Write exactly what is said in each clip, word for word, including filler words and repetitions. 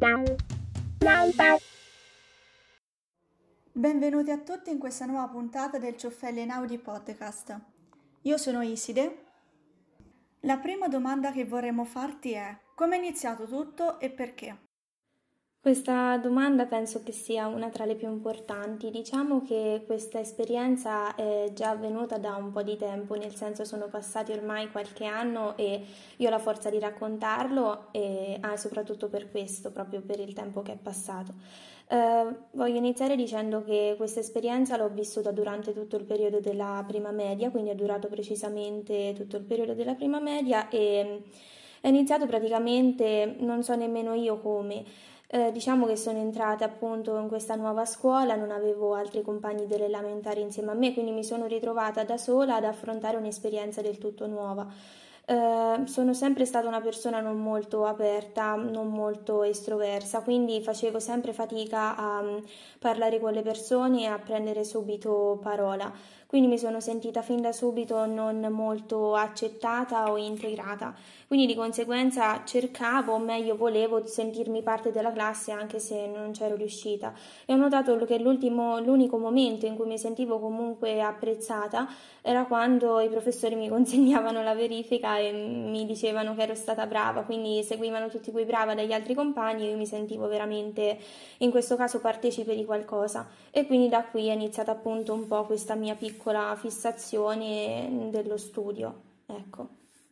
Benvenuti a tutti in questa nuova puntata del Ciuffelli Einaudi podcast. Io sono Iside. La prima domanda che vorremmo farti è: come è iniziato tutto e perché? Questa domanda penso che sia una tra le più importanti. Diciamo che questa esperienza è già avvenuta da un po' di tempo, nel senso sono passati ormai qualche anno e io ho la forza di raccontarlo e ah, soprattutto per questo, proprio per il tempo che è passato. Eh, voglio iniziare dicendo che questa esperienza l'ho vissuta durante tutto il periodo della prima media, quindi è durato precisamente tutto il periodo della prima media e è iniziato praticamente, non so nemmeno io come. Eh, diciamo che sono entrata appunto in questa nuova scuola, non avevo altri compagni delle elementari insieme a me, quindi mi sono ritrovata da sola ad affrontare un'esperienza del tutto nuova. Eh, sono sempre stata una persona non molto aperta, non molto estroversa, quindi facevo sempre fatica a um, parlare con le persone e a prendere subito parola. Quindi mi sono sentita fin da subito non molto accettata o integrata. Quindi di conseguenza cercavo, o meglio volevo, sentirmi parte della classe anche se non c'ero riuscita. E ho notato che l'ultimo, l'unico momento in cui mi sentivo comunque apprezzata era quando i professori mi consegnavano la verifica e mi dicevano che ero stata brava, quindi seguivano tutti quei brava dagli altri compagni e io mi sentivo veramente in questo caso partecipe di qualcosa. E quindi da qui è iniziata appunto un po' questa mia piccola fissazione dello studio. Ecco.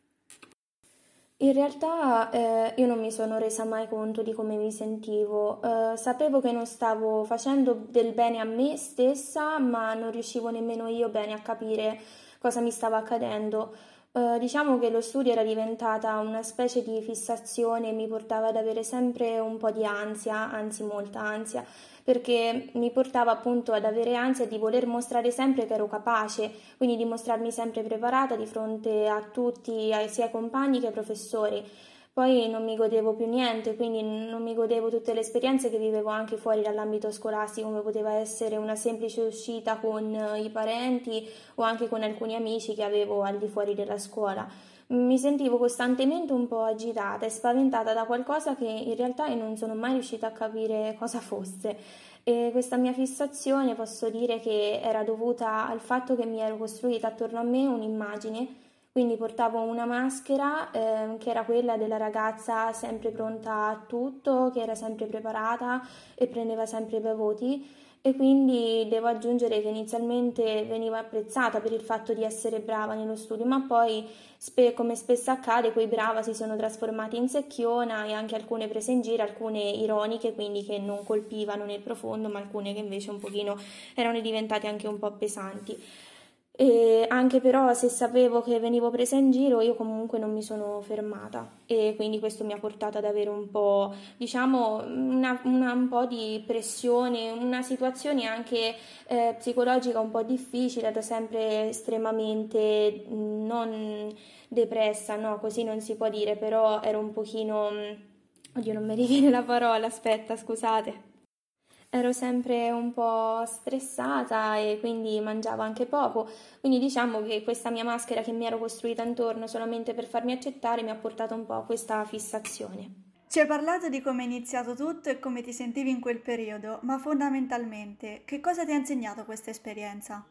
In realtà eh, io non mi sono resa mai conto di come mi sentivo. Eh, sapevo che non stavo facendo del bene a me stessa, ma non riuscivo nemmeno io bene a capire cosa mi stava accadendo. Eh, diciamo che lo studio era diventata una specie di fissazione e mi portava ad avere sempre un po' di ansia, anzi molta ansia, perché mi portava appunto ad avere ansia di voler mostrare sempre che ero capace, quindi di mostrarmi sempre preparata di fronte a tutti, sia ai compagni che ai professori. Poi non mi godevo più niente, quindi non mi godevo tutte le esperienze che vivevo anche fuori dall'ambito scolastico, come poteva essere una semplice uscita con i parenti o anche con alcuni amici che avevo al di fuori della scuola. Mi sentivo costantemente un po' agitata e spaventata da qualcosa che in realtà io non sono mai riuscita a capire cosa fosse. E questa mia fissazione posso dire che era dovuta al fatto che mi ero costruita attorno a me un'immagine, quindi portavo una maschera eh, che era quella della ragazza sempre pronta a tutto, che era sempre preparata e prendeva sempre i bei voti. E quindi devo aggiungere che inizialmente venivo apprezzata per il fatto di essere brava nello studio, ma poi, spe- come spesso accade, quei brava si sono trasformati in secchiona e anche alcune prese in giro, alcune ironiche, quindi che non colpivano nel profondo, ma alcune che invece un pochino erano diventate anche un po' pesanti. E anche però se sapevo che venivo presa in giro io comunque non mi sono fermata e quindi questo mi ha portato ad avere un po', diciamo, una, una- un po' di pressione, una situazione anche eh, psicologica un po' difficile, ero sempre estremamente mh, non depressa, no, così non si può dire, però ero un pochino, mh, oddio non mi riviene la parola, aspetta, scusate. Ero sempre un po' stressata e quindi mangiavo anche poco, quindi diciamo che questa mia maschera che mi ero costruita intorno solamente per farmi accettare mi ha portato un po' a questa fissazione. Ci hai parlato di come è iniziato tutto e come ti sentivi in quel periodo, ma fondamentalmente, che cosa ti ha insegnato questa esperienza?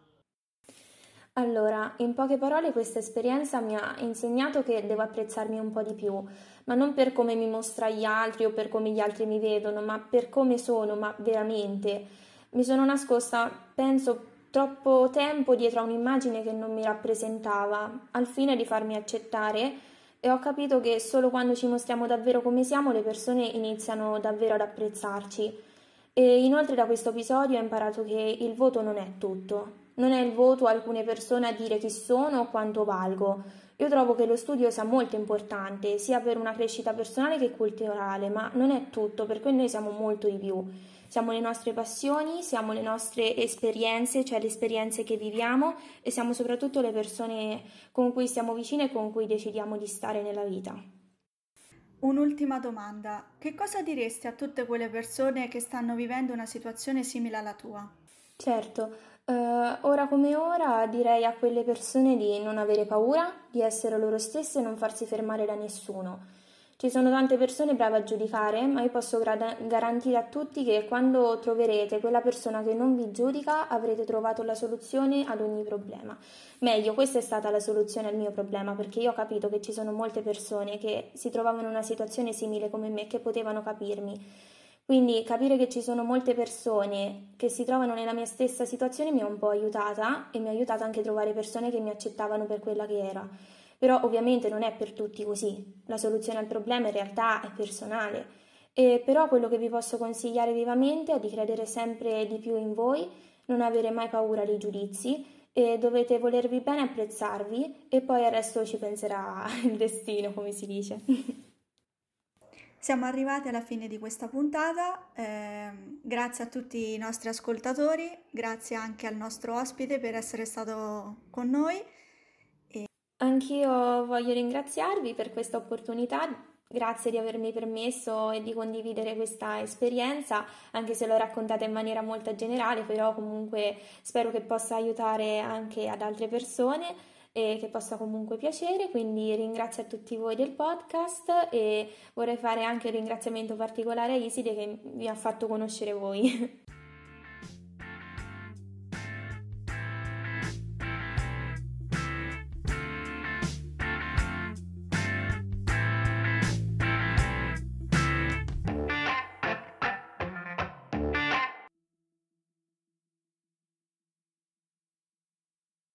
Allora, in poche parole, questa esperienza mi ha insegnato che devo apprezzarmi un po' di più, ma non per come mi mostra gli altri o per come gli altri mi vedono, ma per come sono, ma veramente. Mi sono nascosta, penso, troppo tempo dietro a un'immagine che non mi rappresentava, al fine di farmi accettare, e ho capito che solo quando ci mostriamo davvero come siamo le persone iniziano davvero ad apprezzarci. E inoltre da questo episodio ho imparato che il voto non è tutto. Non è il voto a alcune persone a dire chi sono o quanto valgo. Io trovo che lo studio sia molto importante, sia per una crescita personale che culturale, ma non è tutto, perché noi siamo molto di più. Siamo le nostre passioni, siamo le nostre esperienze, cioè le esperienze che viviamo e siamo soprattutto le persone con cui stiamo vicine e con cui decidiamo di stare nella vita. Un'ultima domanda. Che cosa diresti a tutte quelle persone che stanno vivendo una situazione simile alla tua? Certo, eh, ora come ora direi a quelle persone di non avere paura, di essere loro stesse e non farsi fermare da nessuno. Ci sono tante persone brave a giudicare, ma io posso gra- garantire a tutti che quando troverete quella persona che non vi giudica, avrete trovato la soluzione ad ogni problema. Meglio, questa è stata la soluzione al mio problema, perché io ho capito che ci sono molte persone che si trovavano in una situazione simile come me, che potevano capirmi. Quindi capire che ci sono molte persone che si trovano nella mia stessa situazione mi ha un po' aiutata e mi ha aiutato anche a trovare persone che mi accettavano per quella che era. Però ovviamente non è per tutti così, la soluzione al problema in realtà è personale. E però quello che vi posso consigliare vivamente è di credere sempre di più in voi, non avere mai paura dei giudizi e dovete volervi bene e apprezzarvi e poi al resto ci penserà il destino, come si dice. Siamo arrivati alla fine di questa puntata, ehm, grazie a tutti i nostri ascoltatori, grazie anche al nostro ospite per essere stato con noi. Anch'io voglio ringraziarvi per questa opportunità, grazie di avermi permesso e di condividere questa esperienza, anche se l'ho raccontata in maniera molto generale, però comunque spero che possa aiutare anche ad altre persone e che possa comunque piacere, quindi ringrazio a tutti voi del podcast e vorrei fare anche un ringraziamento particolare a Iside che mi ha fatto conoscere voi.